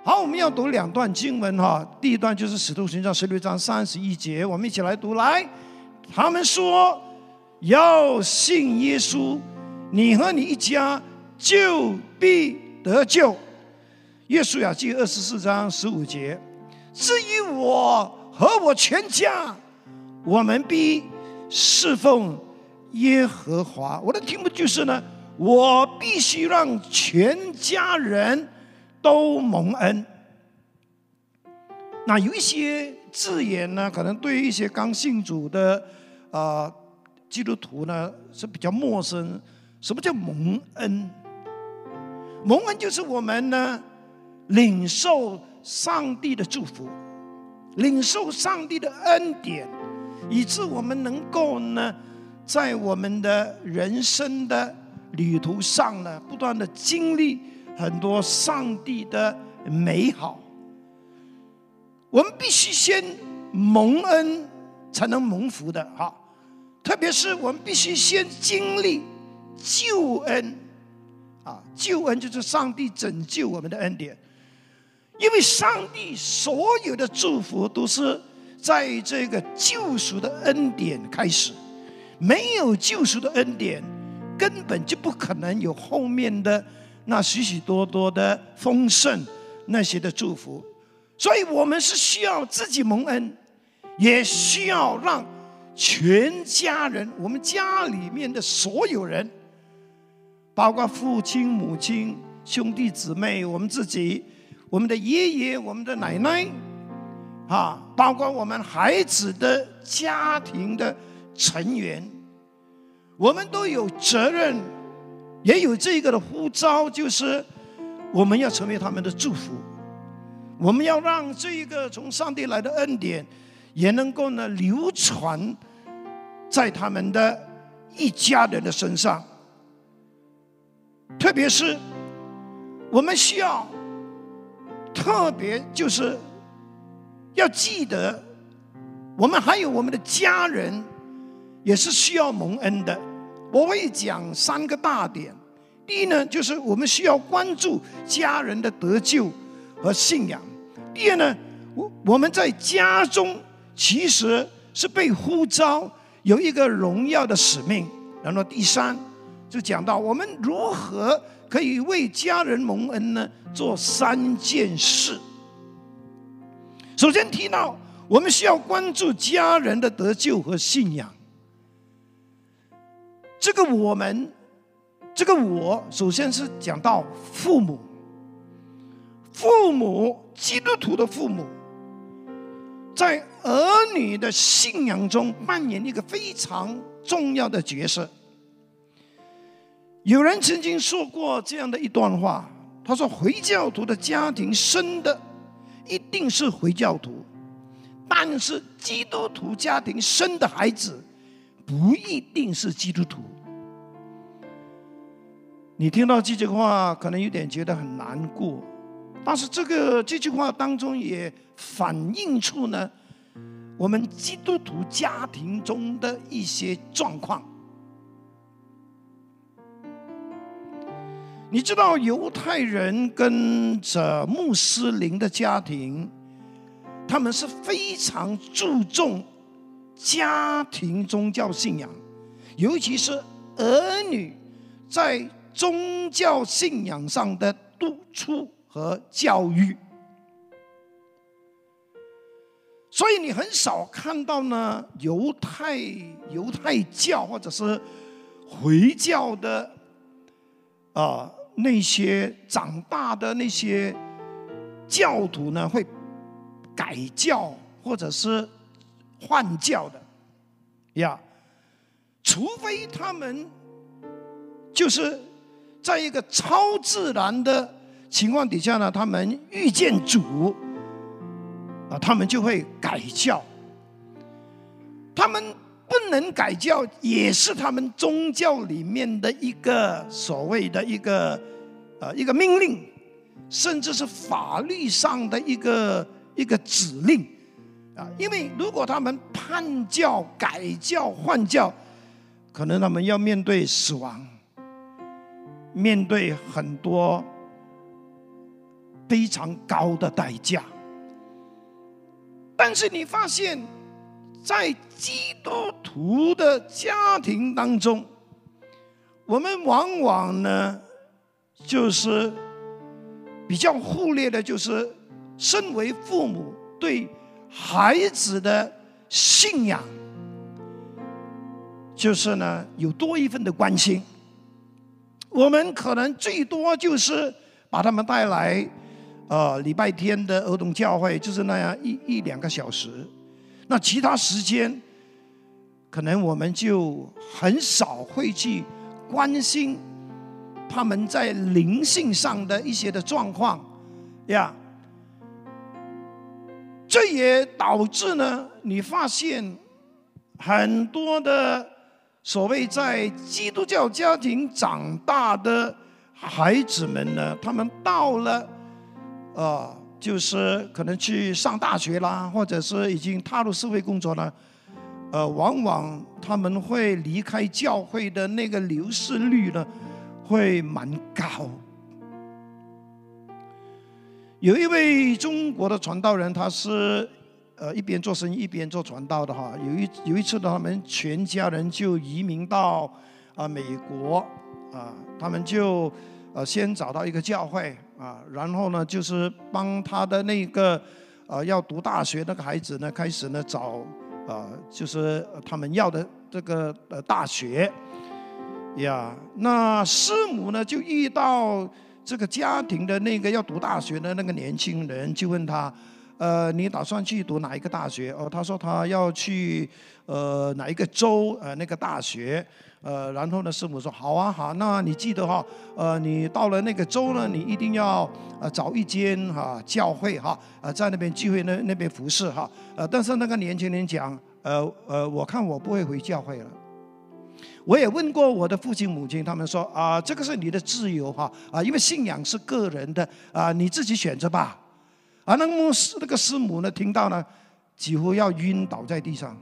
好，我们要读2段经文哈。第一段就是《使徒行传》16章31节，我们一起来读。来，他们说要信耶稣，你和你一家就必得救。约书亚记24章15节，至于我和我全家，我们必侍奉耶和华。我的题目就是呢，我必须让全家人都蒙恩。那有一些字眼呢，可能对于一些刚信主的基督徒呢是比较陌生。什么叫蒙恩？蒙恩就是我们呢领受上帝的祝福，领受上帝的恩典，以致我们能够呢在我们的人生的旅途上呢不断的经历很多上帝的美好。我们必须先蒙恩才能蒙福的哈，特别是我们必须先经历救恩啊，救恩就是上帝拯救我们的恩典。因为上帝所有的祝福都是在这个救赎的恩典开始，没有救赎的恩典，根本就不可能有后面的那许许多多的丰盛那些的祝福。所以我们是需要自己蒙恩，也需要让全家人，我们家里面的所有人，包括父亲母亲兄弟姊妹，我们自己，我们的爷爷我们的奶奶包括我们孩子的家庭的成员，我们都有责任，也有这个的呼召，就是我们要成为他们的祝福。我们要让这一个从上帝来的恩典也能够呢流传在他们的一家人的身上。特别是我们需要特别就是要记得，我们还有我们的家人也是需要蒙恩的。我会讲3个大点。第一呢，就是我们需要关注家人的得救和信仰。第二呢，我们在家中其实是被呼召有一个荣耀的使命。然后第3就讲到我们如何可以为家人蒙恩呢，做3件事。首先提到我们需要关注家人的得救和信仰。这个我首先是讲到父母，基督徒的父母在儿女的信仰中扮演一个非常重要的角色。有人曾经说过这样的一段话，他说回教徒的家庭生的一定是回教徒，但是基督徒家庭生的孩子不一定是基督徒。你听到这句话可能有点觉得很难过，但是这句话当中也反映出呢我们基督徒家庭中的一些状况。你知道犹太人跟着穆斯林的家庭，他们是非常注重家庭宗教信仰，尤其是儿女在宗教信仰上的督促和教育。所以你很少看到呢犹太教或者是回教的那些长大的那些教徒呢会改教或者是换教的呀，除非他们就是在一个超自然的情况底下呢，他们遇见主他们就会改教。他们不能改教也是他们宗教里面的一个所谓的一个命令，甚至是法律上的一个指令因为如果他们叛教、改教、换教，可能他们要面对死亡，面对很多非常高的代价。但是你发现，在基督徒的家庭当中，我们往往呢，就是比较忽略的，就是身为父母对孩子的信仰，就是呢有多一份的关心。我们可能最多就是把他们带来礼拜天的儿童教会，就是那样一两个小时。那其他时间，可能我们就很少会去关心他们在灵性上的一些的状况呀。这也导致呢，你发现很多的所谓在基督教家庭长大的孩子们呢，他们到了就是可能去上大学啦，或者是已经踏入社会工作了，往往他们会离开教会的那个流失率呢，会蛮高。有一位中国的传道人，他是一边做生意一边做传道的哈。有一次呢，他们全家人就移民到美国他们就先找到一个教会然后呢就是帮他的那个要读大学那个孩子呢，开始呢找就是他们要的这个大学呀。那师母呢就遇到这个家庭的那个要读大学的那个年轻人，就问他你打算去读哪一个大学？他说他要去哪一个州那个大学。然后呢，师母说好啊，好，那你记得你到了那个州呢，你一定要找一间教会在那边聚会那边服侍但是那个年轻人讲我看我不会回教会了。我也问过我的父亲母亲，他们说这个是你的自由因为信仰是个人的你自己选择吧。那个师母呢，听到呢，几乎要晕倒在地上。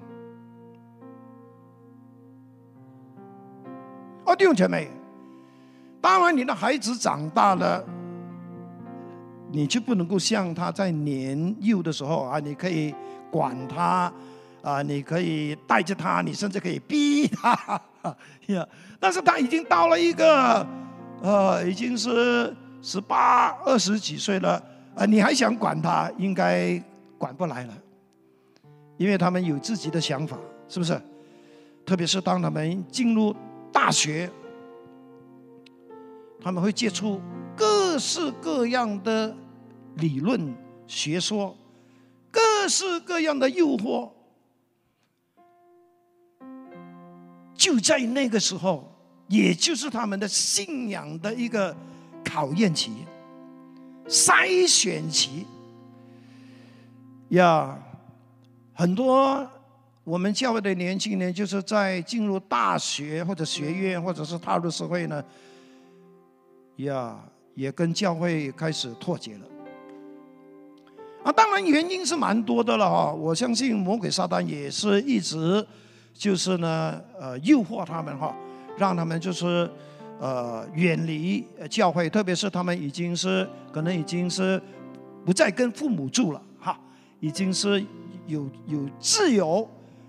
弟兄姐妹，当然你的孩子长大了，你就不能够像他在年幼的时候你可以管他你可以带着他，你甚至可以逼他但是他已经到了一个已经是18、20几岁了你还想管他，应该管不来了，因为他们有自己的想法，是不是？特别是当他们进入大学，他们会接触各式各样的理论学说，各式各样的诱惑。就在那个时候，也就是他们的信仰的一个考验期、筛选期呀。很多我们教会的年轻人，就是在进入大学或者学院，或者是踏入社会呢，也跟教会开始脱节了。当然原因是蛮多的了我相信魔鬼撒旦也是一直就是呢诱惑他们让他们就是远离教会，特别是他们可能已经是不再跟父母住了已经是有自由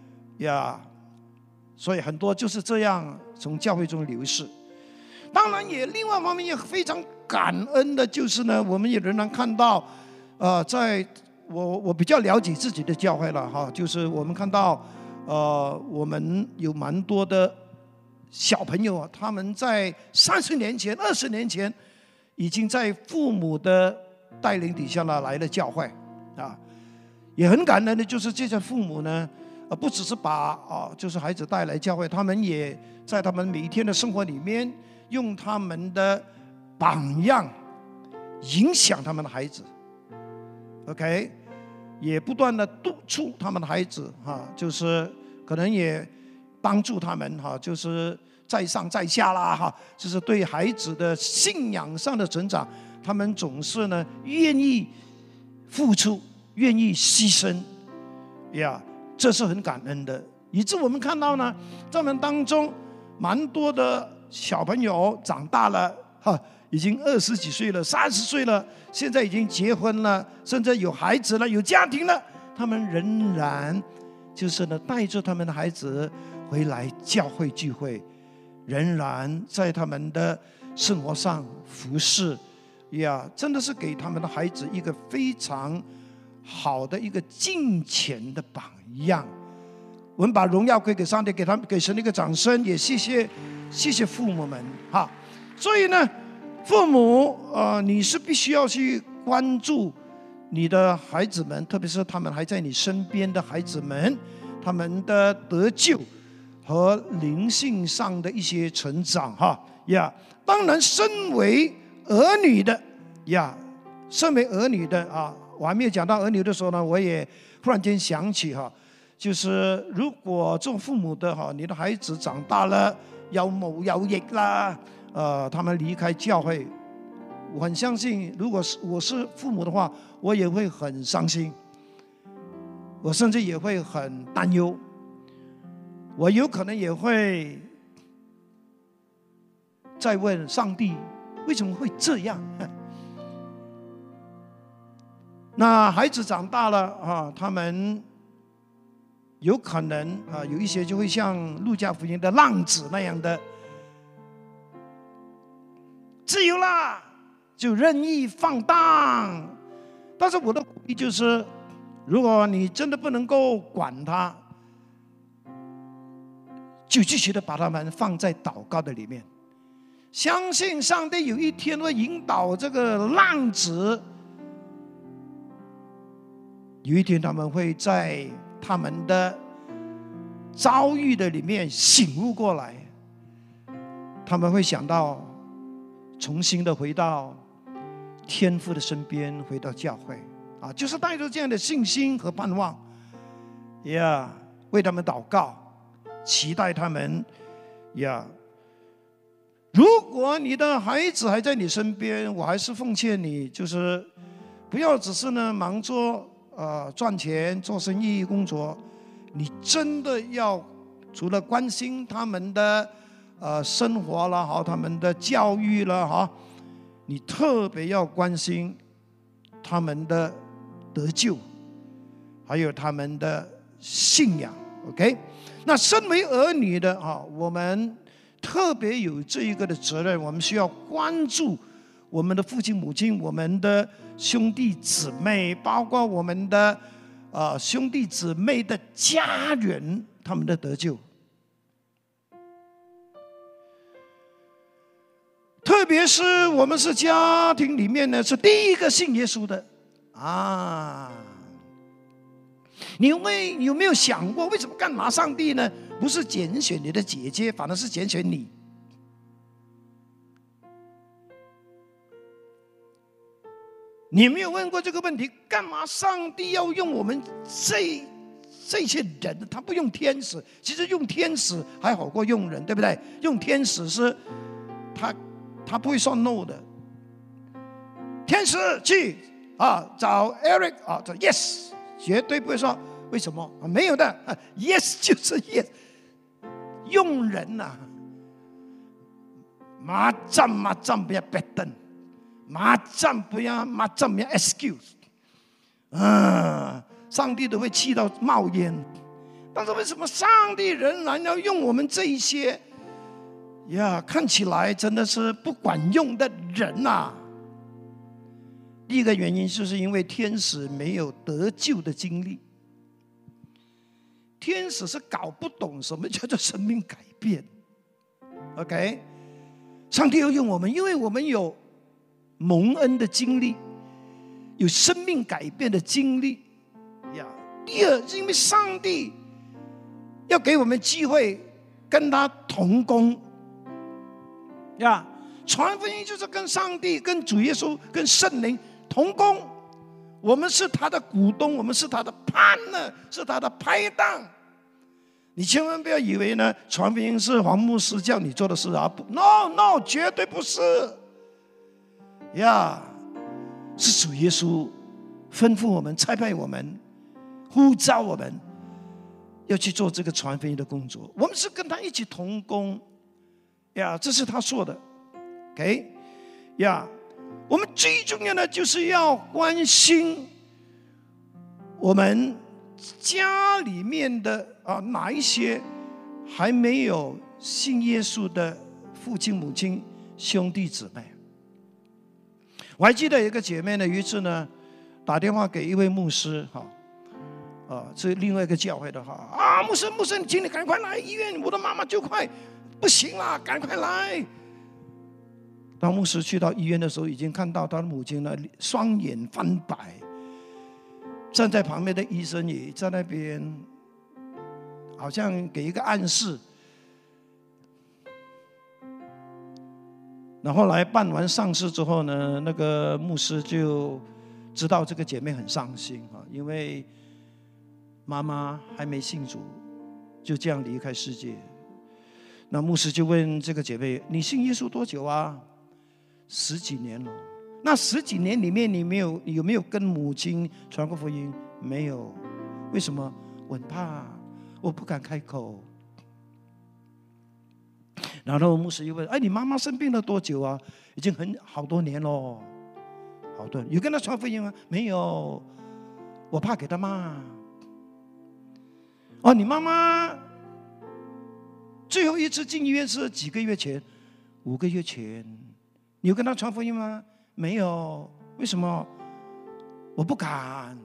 所以很多就是这样从教会中流逝。当然也另外一方面也非常感恩的就是呢，我们也仍然看到在我比较了解自己的教会了就是我们看到我们有蛮多的小朋友他们在30年前、20年前已经在父母的带领底下来了教会也很感恩的就是这些父母呢不只是把就是孩子带来教会，他们也在他们每一天的生活里面用他们的榜样影响他们的孩子 OK， 也不断的督促他们的孩子就是可能也帮助他们就是在上在下啦就是对孩子的信仰上的成长，他们总是呢愿意付出，愿意牺牲这是很感恩的。以致我们看到呢，在我们当中蛮多的小朋友长大了已经20几岁了、30岁了，现在已经结婚了，甚至有孩子了、有家庭了，他们仍然就是呢带着他们的孩子回来教会聚会，仍然在他们的生活上服侍呀，真的是给他们的孩子一个非常好的一个敬虔的榜样。我们把荣耀归给上帝，给神一个掌声，也谢谢父母们哈。所以呢，父母你是必须要去关注你的孩子们，特别是他们还在你身边的孩子们，他们的得救和灵性上的一些成长哈呀。当然，身为儿女的我还没有讲到儿女的时候呢，我也忽然间想起哈。就是如果做父母的哈，你的孩子长大了有毛有翼啦，他们离开教会，我很相信，如果我是父母的话，我也会很伤心，我甚至也会很担忧，我有可能也会再问上帝为什么会这样。那孩子长大了啊，他们有可能有一些就会像路加福音的浪子那样的自由啦，就任意放荡。但是我的鼓励就是，如果你真的不能够管他，就继续的把他们放在祷告的里面，相信上帝有一天会引导这个浪子，有一天他们会在他们的遭遇的里面醒悟过来，他们会想到重新的回到天父的身边，回到教会啊，就是带着这样的信心和盼望为他们祷告，期待他们如果你的孩子还在你身边，我还是奉劝你，就是不要只是呢忙着赚钱、做生意、工作，你真的要除了关心他们的生活了哈，他们的教育了哈，你特别要关心他们的得救，还有他们的信仰。OK， 那身为儿女的我们特别有这一个的责任，我们需要关注我们的父亲母亲，我们的兄弟姊妹，包括我们的兄弟姊妹的家人，他们的得救。特别是我们是家庭里面呢是第一个信耶稣的你有没有想过，为什么干嘛上帝呢不是拣选你的姐姐，反而是拣选你？你有没有问过这个问题？干嘛上帝要用我们这些人？他不用天使，其实用天使还好过用人，对不对？用天使是他不会说 no 的。天使去找 Eric 找 yes， 绝对不会说为什么没有的yes 就是 yes。用人马站不要别等。马站不要 excuse， 上帝都会气到冒烟。但是为什么上帝仍然要用我们这一些看起来真的是不管用的人第一个原因就是因为天使没有得救的经历，天使是搞不懂什么叫做生命改变。OK， 上帝要用我们，因为我们有蒙恩的经历，有生命改变的经历第二是因为上帝要给我们机会跟他同工传福音就是跟上帝、跟主耶稣、跟圣灵同工，我们是他的股东，我们是他的 partner， 是他的拍档。你千万不要以为呢传福音是黄牧师叫你做的事no， 绝对不是是主耶稣吩咐我们、差派我们、呼召我们要去做这个传福音的工作，我们是跟他一起同工这是他说的。OK， 呀。我们最重要的就是要关心我们家里面的哪一些还没有信耶稣的父亲、母亲、兄弟姊妹。我还记得有一个姐妹呢，有一次呢打电话给一位牧师，是另外一个教会的牧师，你请你赶快来医院，我的妈妈就快不行了，赶快来。当牧师去到医院的时候，已经看到他的母亲呢双眼翻白，站在旁边的医生也在那边，好像给一个暗示。然后来办完丧事之后呢，那个牧师就知道这个姐妹很伤心因为妈妈还没信主，就这样离开世界。那牧师就问这个姐妹：“你信耶稣多久啊？”10几年了。那10几年里面，你有没有跟母亲传过福音？没有。为什么？我很怕，我不敢开口。然后牧师又问：“你妈妈生病了多久啊？”已经好多年了。好多年。有跟她传福音吗？没有，我怕给她骂。你妈妈最后一次进医院是几个月前？5个月前。你有跟他传福音吗？没有。为什么？我不敢。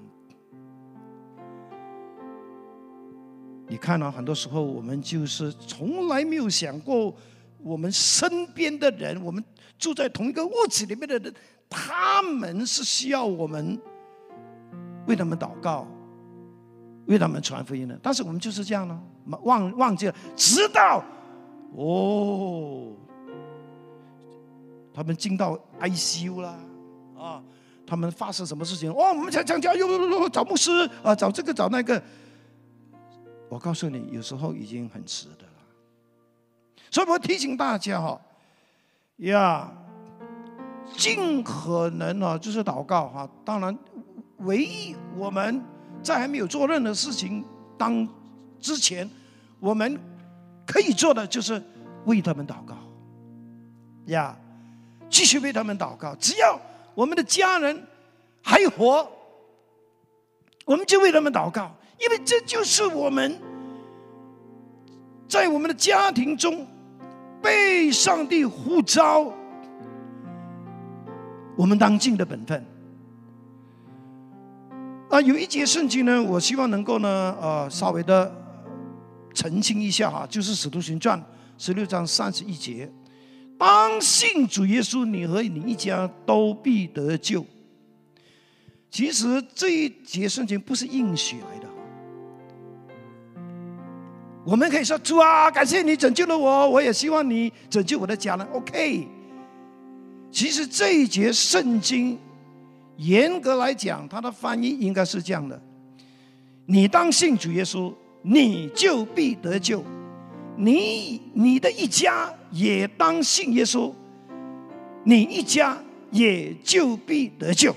你看很多时候我们就是从来没有想过，我们身边的人，我们住在同一个屋子里面的人，他们是需要我们为他们祷告，为他们传福音的。但是我们就是这样了，忘记了，直到他们进到 ICU 啦，他们发生什么事情？我们才讲找牧师找这个找那个。我告诉你，有时候已经很迟的了。所以我提醒大家尽可能就是祷告当然，唯一我们在还没有做任何事情之前，我们可以做的就是为他们祷告继续为他们祷告。只要我们的家人还活，我们就为他们祷告，因为这就是我们在我们的家庭中被上帝呼召，我们当尽的本分。有一节圣经呢，我希望能够呢稍微的澄清一下就是使徒行传16章31节。当信主耶稣，你和你一家都必得救。其实这一节圣经不是应许来的。我们可以说：“主啊，感谢你拯救了我，我也希望你拯救我的家人。” OK。其实这一节圣经严格来讲，它的翻译应该是这样的：你当信主耶稣，你就必得救。你的一家也当信耶稣，你一家也就必得救。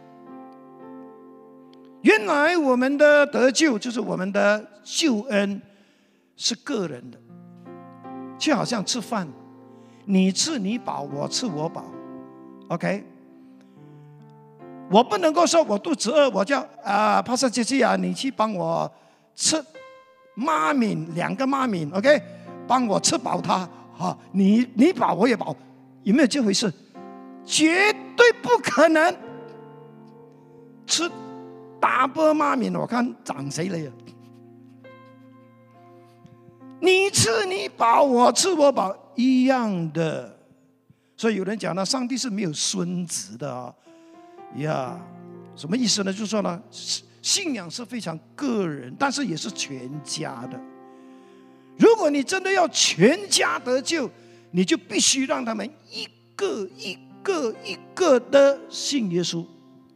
原来我们的得救就是我们的救恩是个人的，就好像吃饭，你吃你饱，我吃我饱 ，OK？ 我不能够说我肚子饿，我叫帕萨姐姐你去帮我吃2个妈咪 ，OK？ 帮我吃饱它，你饱我也饱，有没有这回事？绝对不可能。吃double妈咪，我看长谁了呀？你吃你饱，我吃我饱，一样的。所以有人讲呢，上帝是没有孙子的什么意思呢？就是说呢，信仰是非常个人，但是也是全家的。如果你真的要全家得救，你就必须让他们一个的信耶稣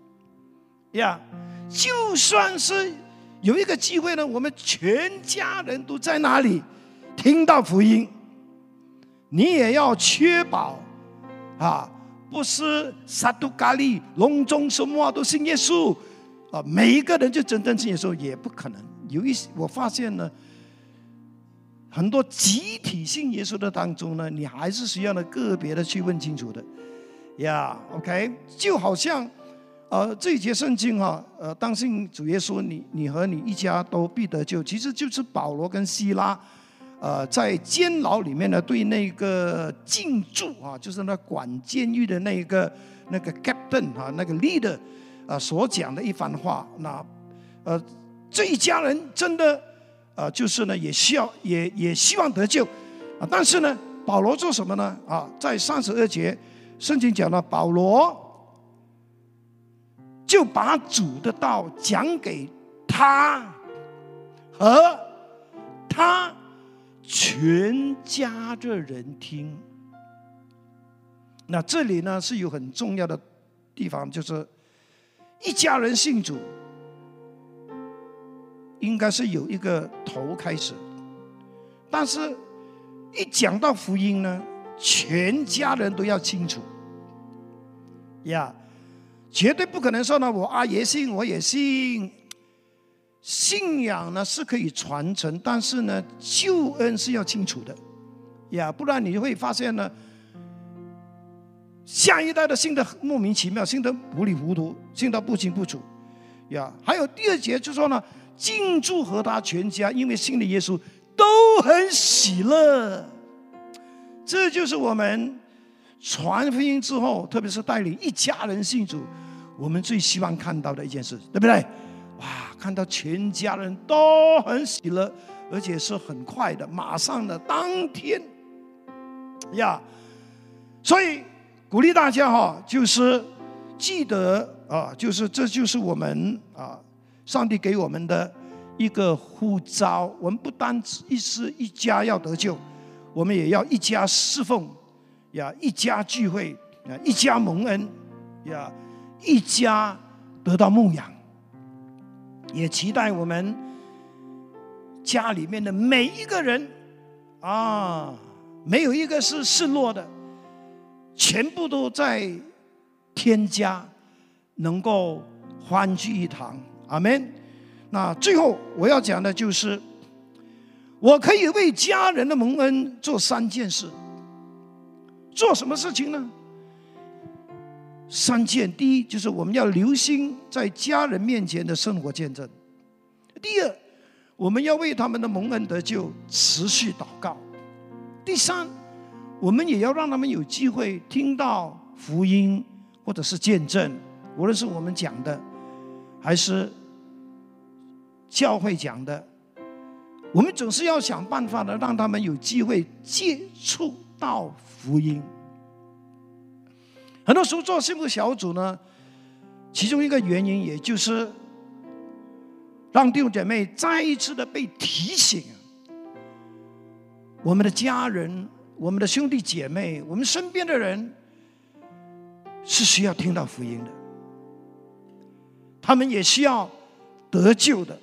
就算是有一个机会呢，我们全家人都在那里听到福音，你也要确保不是撒都咖喱隆中什么都信耶稣每一个人就真正信耶稣也不可能。我发现呢，很多集体信耶稣的当中呢，你还是需要呢个别的去问清楚的呀，OK， 就好像这一节圣经当信主耶稣，你和你一家都必得救，其实就是保罗跟希拉在监牢里面呢，对那个禁驻就是那管监狱的那个 captain 那个 leader 所讲的一番话。那这一家人真的就是呢也希望得救但是呢，保罗做什么呢？在32节，圣经讲了，保罗就把主的道讲给他和他全家的人听。那这里呢是有很重要的地方，就是一家人信主应该是有一个头开始，但是一讲到福音呢，全家人都要清楚呀，绝对不可能说呢我也信我也信。信仰呢是可以传承，但是呢救恩是要清楚的呀，不然你会发现呢，下一代的信得莫名其妙，信得糊里糊涂，信得不清不楚呀。还有第2节就说呢，敬祝和他全家因为信了耶稣都很喜乐。这就是我们传福音之后，特别是带领一家人信主，我们最希望看到的一件事，对不对？哇，看到全家人都很喜乐，而且是很快的，马上的，当天呀。所以鼓励大家就是记得就是这就是我们上帝给我们的一个呼召。我们不单只是一家要得救，我们也要一家侍奉呀，一家聚会呀，一家蒙恩呀，一家得到牧养。也期待我们家里面的每一个人没有一个是失落的，全部都在天家能够欢聚一堂。阿们。那最后我要讲的就是，我可以为家人的蒙恩做3件事。做什么事情呢？3件。第一，就是我们要留心在家人面前的生活见证。第二，我们要为他们的蒙恩得救持续祷告。第三，我们也要让他们有机会听到福音或者是见证，无论是我们讲的还是教会讲的，我们总是要想办法的让他们有机会接触到福音。很多时候做幸福小组呢，其中一个原因也就是让弟兄姐妹再一次的被提醒，我们的家人、我们的兄弟姐妹、我们身边的人是需要听到福音的，他们也需要得救的。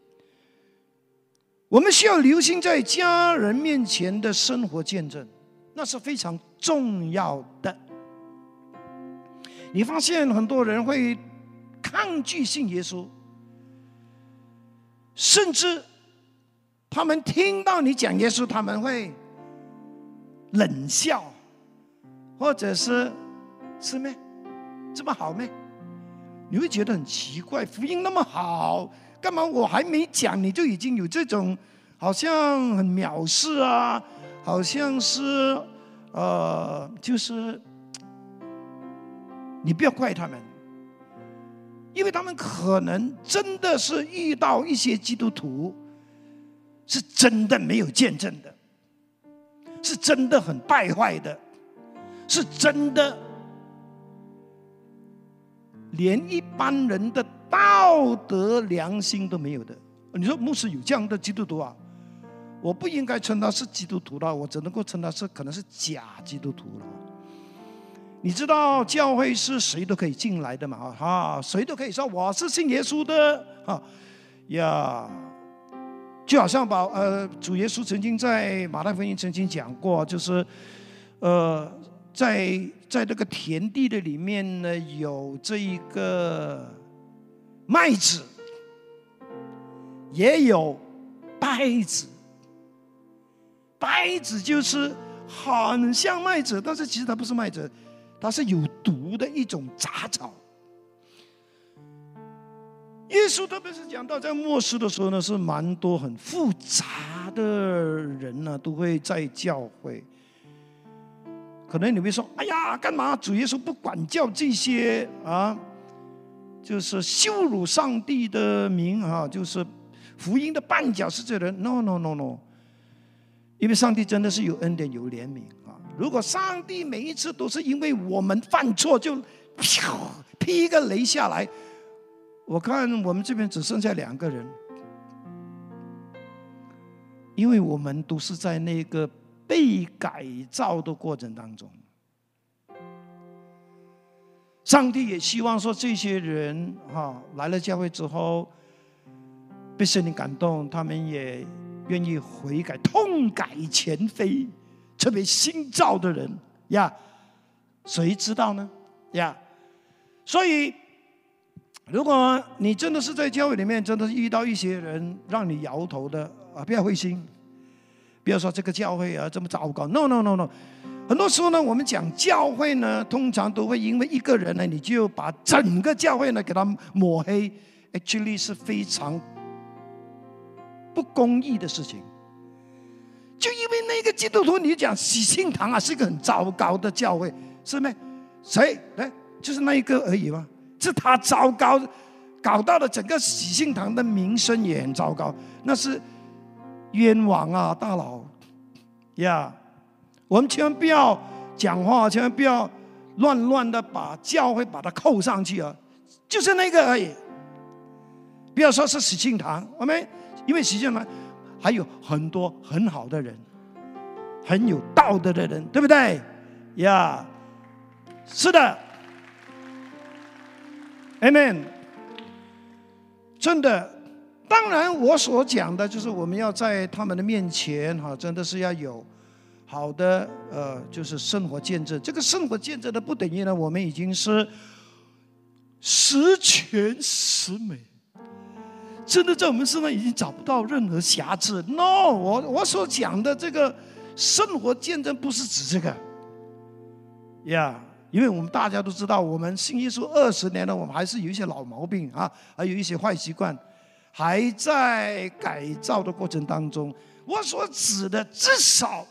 我们需要留心在家人面前的生活见证，那是非常重要的。你发现很多人会抗拒信耶稣，甚至他们听到你讲耶稣，他们会冷笑，或者是咩这么好咩？你会觉得很奇怪，福音那么好，干嘛我还没讲你就已经有这种好像很藐视啊，好像是就是你不要怪他们，因为他们可能真的是遇到一些基督徒是真的没有见证的，是真的很败坏的，是真的连一般人的道德良心都没有的。你说牧师有这样的基督徒啊？我不应该称他是基督徒了，我只能够称他是可能是假基督徒了。你知道教会是谁都可以进来的嘛？谁都可以说我是信耶稣的呀。就好像主耶稣曾经在马太福音曾经讲过，就是在这个田地的里面呢，有这一个麦子，也有稗子。稗子就是很像麦子，但是其实它不是麦子， 它是有毒的一种杂草。耶稣特别是讲到在末世的时候呢，是蛮多很复杂的人呢，都会在教会。可能你会说：“哎呀，干嘛主耶稣不管教这些啊？就是羞辱上帝的名啊，就是福音的绊脚是这人。” No， 因为上帝真的是有恩典有怜悯啊。如果上帝每一次都是因为我们犯错就劈一个雷下来，我看我们这边只剩下2个人，因为我们都是在那个被改造的过程当中。上帝也希望说这些人来了教会之后被圣灵感动，他们也愿意悔改，痛改前非，特别新造的人呀，谁知道呢？呀，所以如果你真的是在教会里面真的是遇到一些人让你摇头的不要灰心，不要说这个教会这么糟糕。 No， 很多时候呢，我们讲教会呢，通常都会因为一个人呢，你就把整个教会呢给他抹黑， actually 是非常不公义的事情。就因为那个基督徒，你讲喜信堂是一个很糟糕的教会，是吗？谁？就是那一个而已吗？是他糟糕，搞到了整个喜信堂的名声也很糟糕，那是冤枉啊，大佬呀！我们千万不要讲话，千万不要乱的把教会把它扣上去啊，就是那个而已。不要说是喜信堂，我们因为喜信堂还有很多很好的人，很有道德的人，对不对呀？是的。Amen， 真的，当然我所讲的就是我们要在他们的面前真的是要有好的就是生活见证。这个生活见证的不等于呢，我们已经是十全十美，真的在我们身上已经找不到任何瑕疵。No， 我所讲的这个生活见证不是指这个呀。因为我们大家都知道，我们信耶稣20年了，我们还是有一些老毛病还有一些坏习惯，还在改造的过程当中。我所指的，至少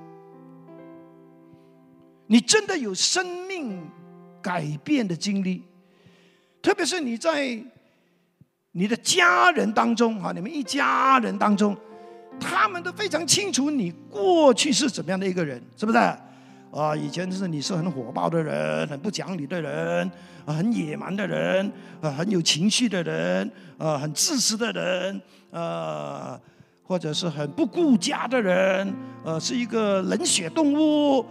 你真的有生命改变的经历，特别是你在你的家人当中你们一家人当中，他们都非常清楚你过去是怎么样的一个人，是不是？以前是你是很火爆的人，很不讲理的人，很野蛮的人，很有情绪的人，很自私的人，或者是很不顾家的人，是一个冷血动物。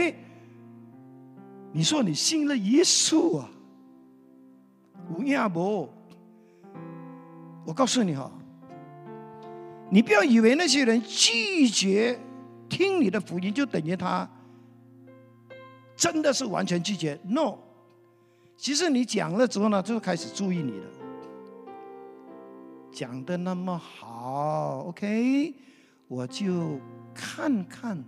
你说你信了耶稣有影无？我告诉你你不要以为那些人拒绝听你的福音就等于他真的是完全拒绝。 No， 其实你讲了之后呢，就开始注意你了，讲得那么好 OK， 我就看看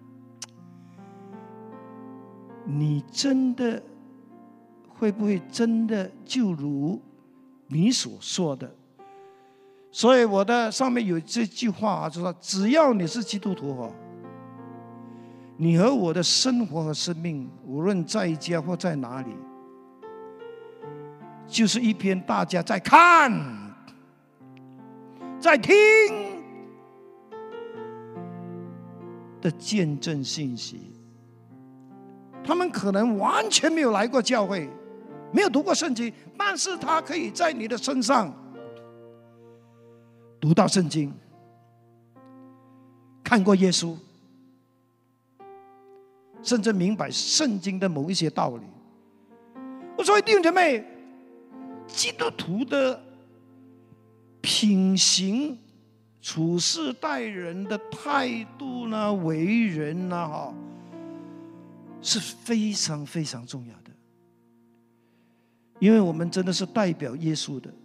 你真的会不会真的就如你所说的。所以我的上面有这句话就说只要你是基督徒你和我的生活和生命，无论在家或在哪里，就是一篇大家在看、在听的见证信息。他们可能完全没有来过教会，没有读过圣经，但是他可以在你的身上读到圣经，看过耶稣，甚至明白圣经的某一些道理。我说弟兄姐妹，基督徒的品行、处事待人的态度呢，为人呢是非常非常重要的。因为我们真的是代表耶稣的，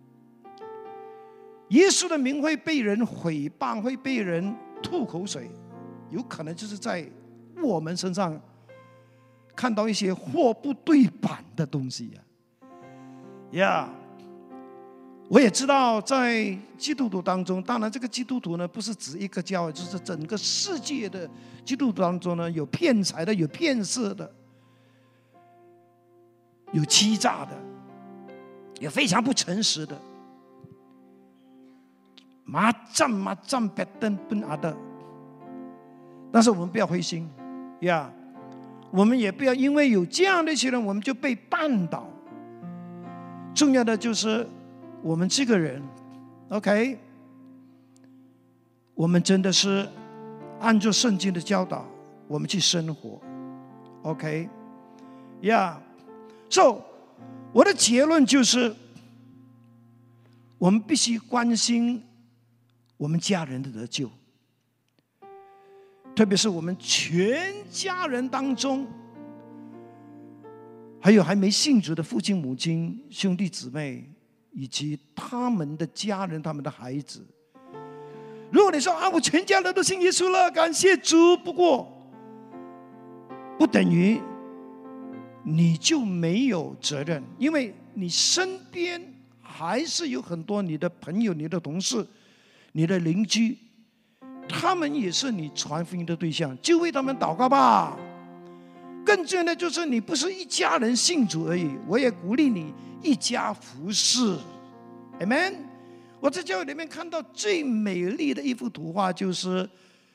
耶稣的名会被人毁谤，会被人吐口水，有可能就是在我们身上看到一些货不对版的东西呀。我也知道，在基督徒当中，当然这个基督徒呢，不是指一个教会，就是整个世界的基督徒当中呢，有骗财的，有骗色的，有欺诈的，有非常不诚实的，麻将白灯奔阿的。但是我们不要灰心呀，我们也不要因为有这样的一些人，我们就被绊倒。重要的就是我们这个人 ，OK， 我们真的是按照圣经的教导，我们去生活 ，OK， So， 我的结论就是，我们必须关心我们家人的得救，特别是我们全家人当中，还有还没信主的父亲、母亲、兄弟姊妹。以及他们的家人，他们的孩子。如果你说我全家人都信耶稣了，感谢主，不过不等于你就没有责任，因为你身边还是有很多你的朋友、你的同事、你的邻居，他们也是你传福音的对象，就为他们祷告吧。更重要的就是你不是一家人信主而已，我也鼓励你一家服侍 ，Amen。我在教会里面看到最美丽的一幅图画，就是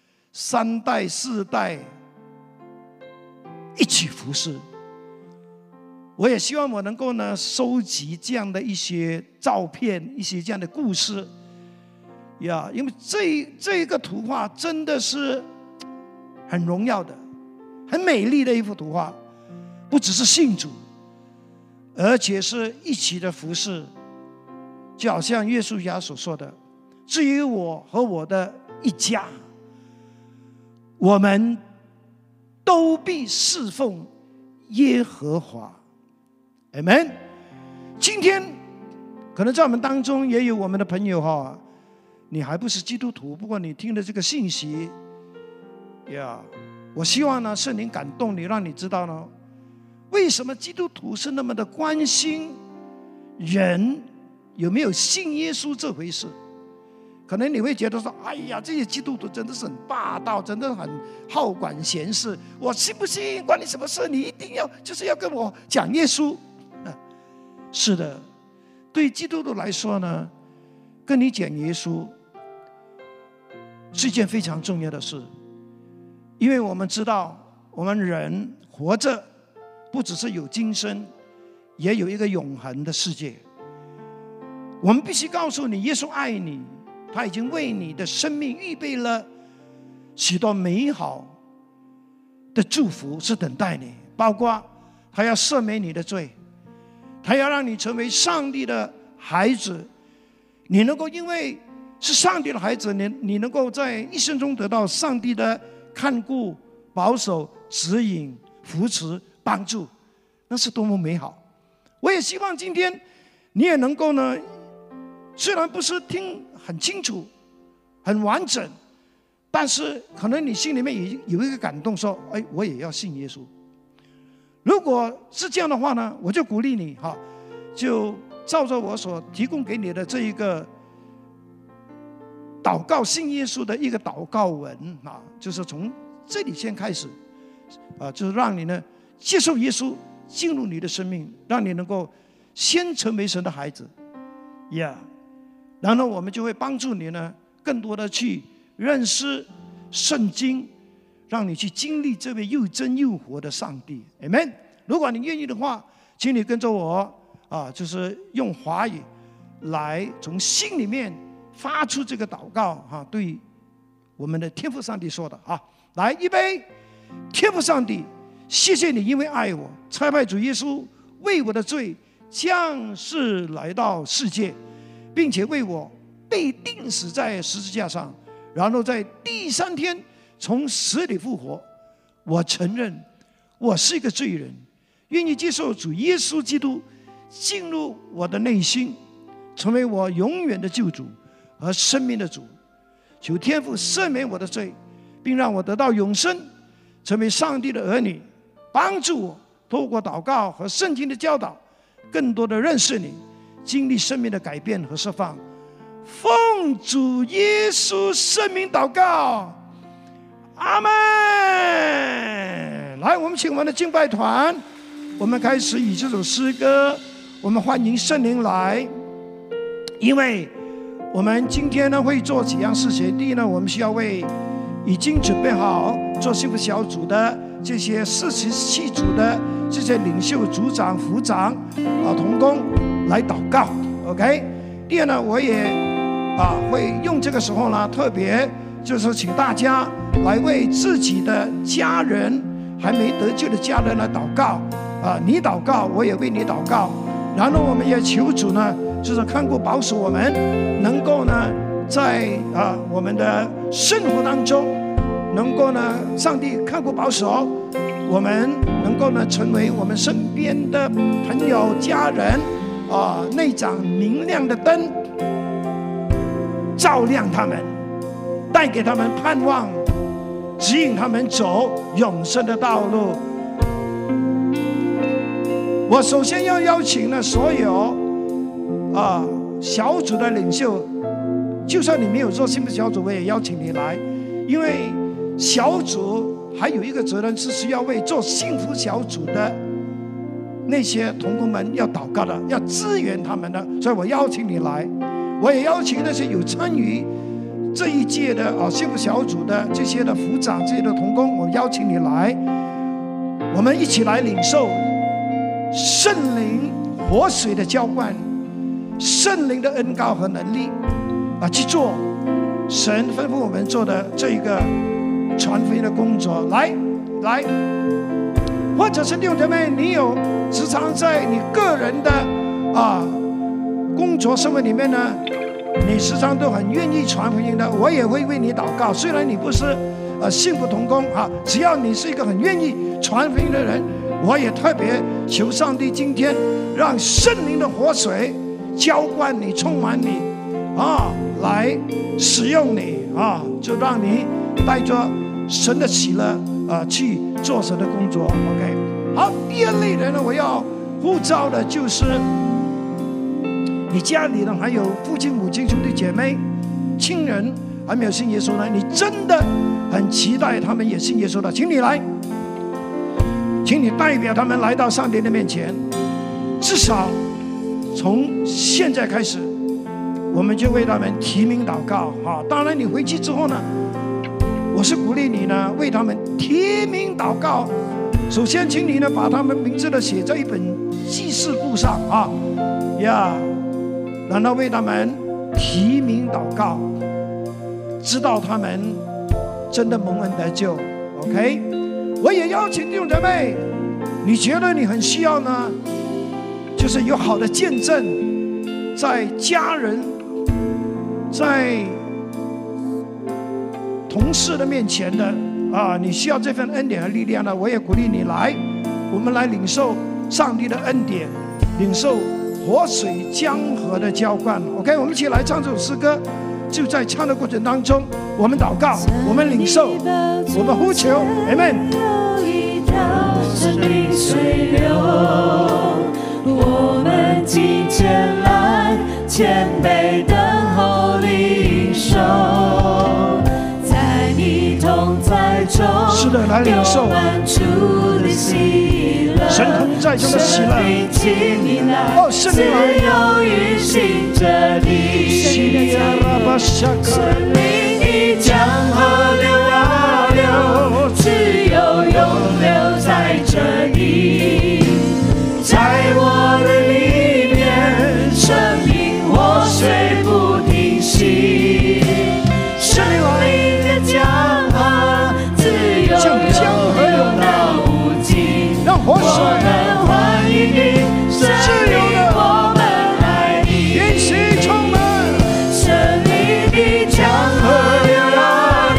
3代4代一起服侍。我也希望我能够呢收集这样的一些照片，一些这样的故事呀，因为这个图画真的是很荣耀的。很美丽的一幅图画，不只是信主，而且是一起的服侍，就好像约书亚所说的：“至于我和我的一家，我们都必侍奉耶和华。” Amen。今天可能在我们当中也有我们的朋友你还不是基督徒，不过你听了这个信息呀。我希望呢，圣灵感动你，让你知道呢，为什么基督徒是那么的关心人有没有信耶稣这回事。可能你会觉得说，哎呀，这些基督徒真的是很霸道，真的很好管闲事，我信不信关你什么事，你一定要就是要跟我讲耶稣。是的，对基督徒来说呢，跟你讲耶稣是一件非常重要的事。因为我们知道，我们人活着不只是有今生，也有一个永恒的世界。我们必须告诉你，耶稣爱你，他已经为你的生命预备了许多美好的祝福是等待你，包括他要赦免你的罪，他要让你成为上帝的孩子，你能够因为是上帝的孩子，你能够在一生中得到上帝的看顾、保守、指引、扶持、帮助，那是多么美好！我也希望今天你也能够呢，虽然不是听很清楚、很完整，但是可能你心里面也有一个感动，说：“哎，我也要信耶稣。”如果是这样的话呢，我就鼓励你就照着我所提供给你的这一个祷告信耶稣的一个祷告文就是从这里先开始就是让你呢接受耶稣进入你的生命，让你能够先成为神的孩子然后我们就会帮助你呢更多的去认识圣经，让你去经历这位又真又活的上帝。 Amen。 如果你愿意的话，请你跟着我就是用华语来从心里面发出这个祷告对我们的天父上帝说的来，预备。天父上帝，谢谢你因为爱我，差派主耶稣为我的罪降世来到世界，并且为我被钉死在十字架上，然后在第3天从死里复活。我承认我是一个罪人，愿意接受主耶稣基督进入我的内心，成为我永远的救主和生命的主。求天父赦免我的罪，并让我得到永生，成为上帝的儿女， 帮助我透过祷告和圣经的教导，更多的认识你，经历生命的改变和释放。奉主耶稣圣名祷告，阿们。来，我们请我们的敬拜团，我们开始以这首诗歌，我们欢迎圣灵来。因为我们今天呢会做几样事情。第一呢，我们需要为已经准备好做幸福小组的这些47组的这些领袖、组长、副长同工来祷告。OK。第二呢，我也会用这个时候呢，特别就是请大家来为自己的家人还没得救的家人来祷告。你祷告，我也为你祷告。然后我们也求主呢，就是看顾保守我们，能够呢在我们的生活当中，能够呢上帝看顾保守我们，能够呢成为我们身边的朋友家人那盏明亮的灯，照亮他们，带给他们盼望，指引他们走永生的道路。我首先要邀请呢所有小组的领袖，就算你没有做幸福小组，我也邀请你来，因为小组还有一个责任是需要为做幸福小组的那些同工们要祷告的，要支援他们的，所以我邀请你来。我也邀请那些有参与这一届的幸福小组的这些的副长、这些的同工，我邀请你来，我们一起来领受圣灵活水的浇灌，圣灵的恩膏和能力去做神吩咐我们做的这一个传福音的工作。来，或者是弟兄姐妹，你有时常在你个人的工作生活里面呢，你时常都很愿意传福音的，我也会为你祷告。虽然你不是幸福同工只要你是一个很愿意传福音的人，我也特别求上帝今天让圣灵的活水浇灌你、充满你来使用你就让你带着神的喜乐去做神的工作。 OK， 好，第二类人呢，我要呼召的就是你家里呢还有父亲、母亲、兄弟姐妹、亲人还没有信耶稣呢，你真的很期待他们也信耶稣的，请你来，请你代表他们来到上帝的面前。至少从现在开始，我们就为他们提名祷告当然你回去之后呢，我是鼓励你呢为他们提名祷告。首先请你呢把他们名字呢写在一本记事簿上然后为他们提名祷告，知道他们真的蒙恩得救。 OK， 我也邀请弟兄姐妹，你觉得你很需要呢，就是有好的见证，在家人、在同事的面前的你需要这份恩典和力量呢，我也鼓励你来，我们来领受上帝的恩典，领受活水江河的浇灌。 OK， 我们一起来唱这首诗歌。就在唱的过程当中，我们祷告，我们领受，我们呼求 Amen。 有一条生命水流，我们今天来谦卑等候领受，在你同在中， 是的，来领受神同在中的喜乐。圣灵来， 自由运行着你，生命的江河流啊流，自由永留在这里，在我的里面，生命活水不停息，生命的江河自由永到无尽， 让活水我们欢迎你，生命我们爱你， 运行充满， 生命的江河流啊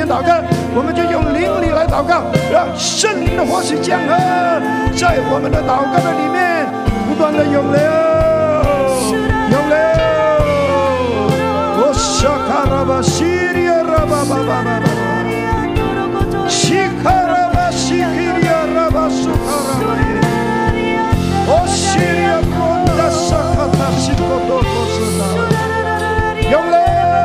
祷告，我们就用灵力来祷告，让圣灵的活水江河在我们的祷告的里面不断的涌流，涌流。哦，沙卡拉巴西里亚拉巴巴巴巴巴，西卡拉巴西里亚拉巴苏卡拉巴耶，哦，西里亚昆达沙卡塔西科多科斯纳，涌流。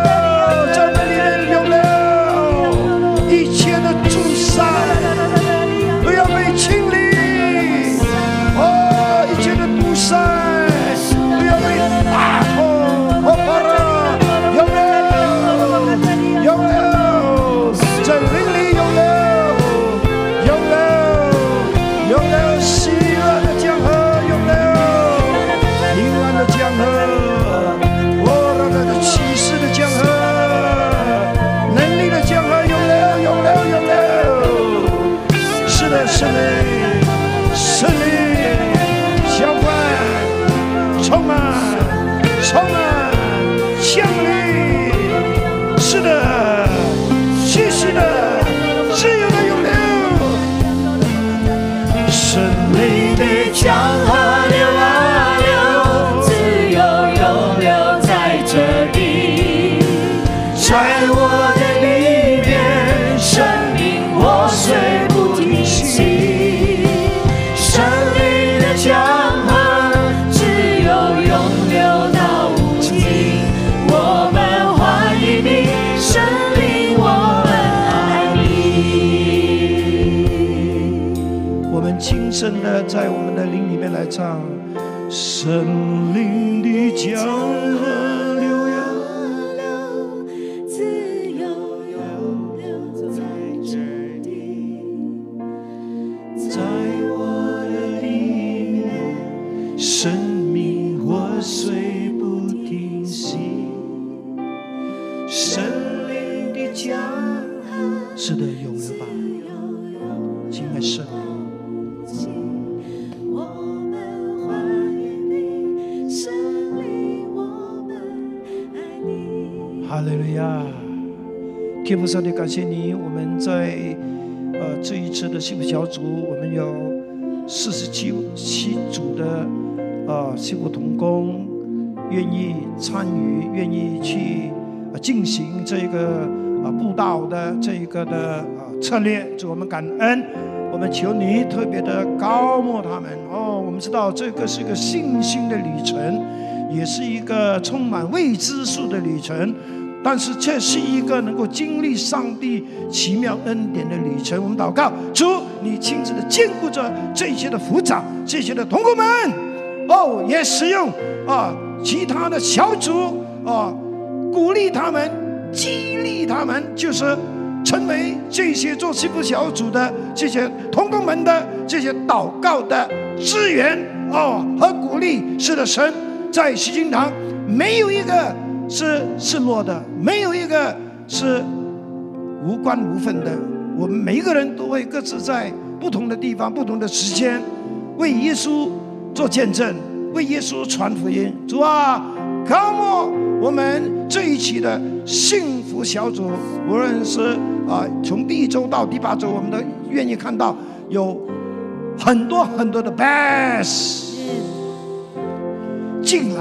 都要被清理，哦，一切的堵塞都要被打破，哦，巴拉，涌流，涌流，在灵里涌流，涌流，涌流，喜乐的江河涌流，平安的江河，哦，那个启示的江河，能力的江河涌流，涌流，涌流。圣灵，圣灵，浇灌，充满，充满，降临，是的，继续的，自由的涌流，圣灵的江河流啊流，自由涌流在这里，在我的里面，生命活水。真的在我们的灵里面来唱，圣灵的江河流呀流，自由涌流在这里，在我的里面，生命活水不停息，圣灵的江河，是的，涌流吧，亲爱圣灵。哈利路亚！天父上帝，感谢你，我们在这一次的幸福小组，我们有47组的幸福同工愿意参与，愿意去进行这个布道的这一个的策略。主，我们感恩，我们求你特别的高牧他们。哦，我们知道这个是一个信心的旅程，也是一个充满未知数的旅程。但是这是一个能够经历上帝奇妙恩典的旅程。我们祷告，主，你亲自的兼顾着这些的辅长，这些的同工们，哦，也使用其他的小组鼓励他们，激励他们，就是成为这些做幸福小组的这些同工们的这些祷告的资源和鼓励。是的，神在西京堂没有一个是弱的，没有一个是无关无分的。我们每一个人都会各自在不同的地方、不同的时间，为耶稣做见证，为耶稣传福音。主啊，高牧我们这一期的幸福小组，无论是从第1周到第8周，我们都愿意看到有很多很多的 best 进来。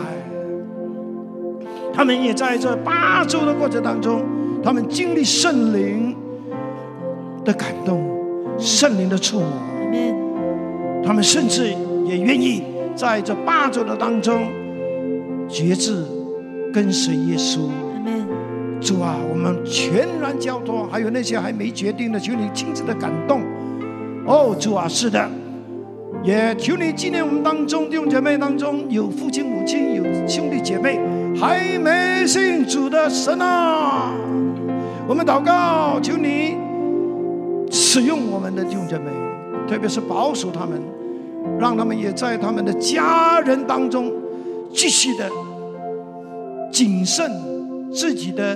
他们也在这8周的过程当中，他们经历圣灵的感动，圣灵的触摸。他们甚至也愿意在这8周的当中决志跟随耶稣。主啊，我们全然交托，还有那些还没决定的，求你亲自的感动。哦，主啊，是的，也求你纪念我们当中弟兄姐妹当中有父亲母亲，有兄弟姐妹还没信主的神啊，我们祷告，求你使用我们的弟兄姐妹，特别是保守他们，让他们也在他们的家人当中继续的谨慎自己的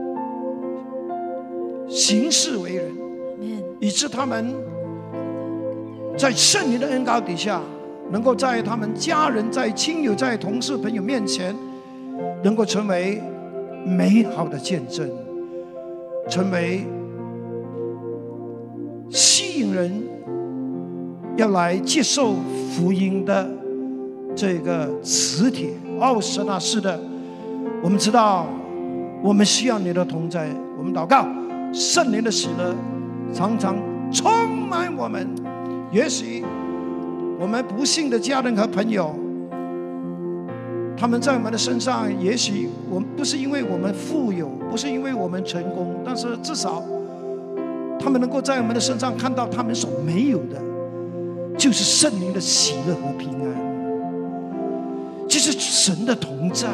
行事为人，以致他们在圣灵的恩膏底下，能够在他们家人、在亲友、在同事朋友面前，能够成为美好的见证，成为人要来接受福音的这个磁铁。哦，神啊，是的，我们知道我们需要你的同在。我们祷告，圣灵的喜乐常常充满我们。也许我们不幸的家人和朋友，他们在我们的身上，也许我们不是因为我们富有，不是因为我们成功，但是至少他们能够在我们的身上看到他们所没有的，就是圣灵的喜乐和平安，就是神的同在，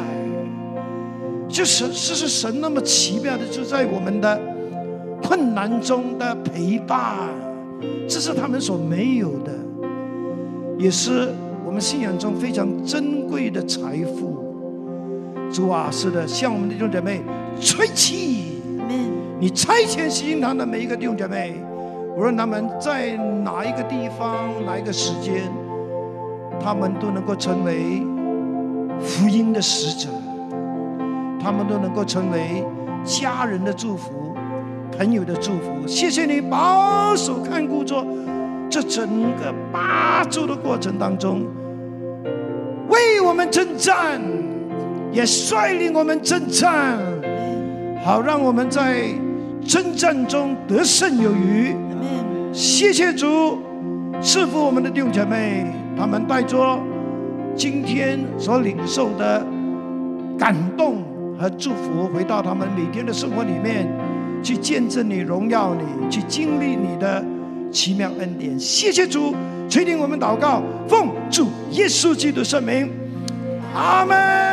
就是神那么奇妙的，就在我们的困难中的陪伴，这是他们所没有的，也是我们信仰中非常珍贵的财富。主啊，是的，向我们的弟兄姐妹吹气，你差遣喜信堂的每一个弟兄姐妹，无论他们在哪一个地方哪一个时间，他们都能够成为福音的使者，他们都能够成为家人的祝福，朋友的祝福。谢谢你保守看顾着这整个8周的过程当中，为我们征战，也率领我们征战，好让我们在征战中得胜有余。谢谢主赐福我们的弟兄姐妹，他们带着今天所领受的感动和祝福，回到他们每天的生活里面，去见证你、荣耀你，去经历你的奇妙恩典。谢谢主垂听我们祷告，奉主耶稣基督圣名，阿们。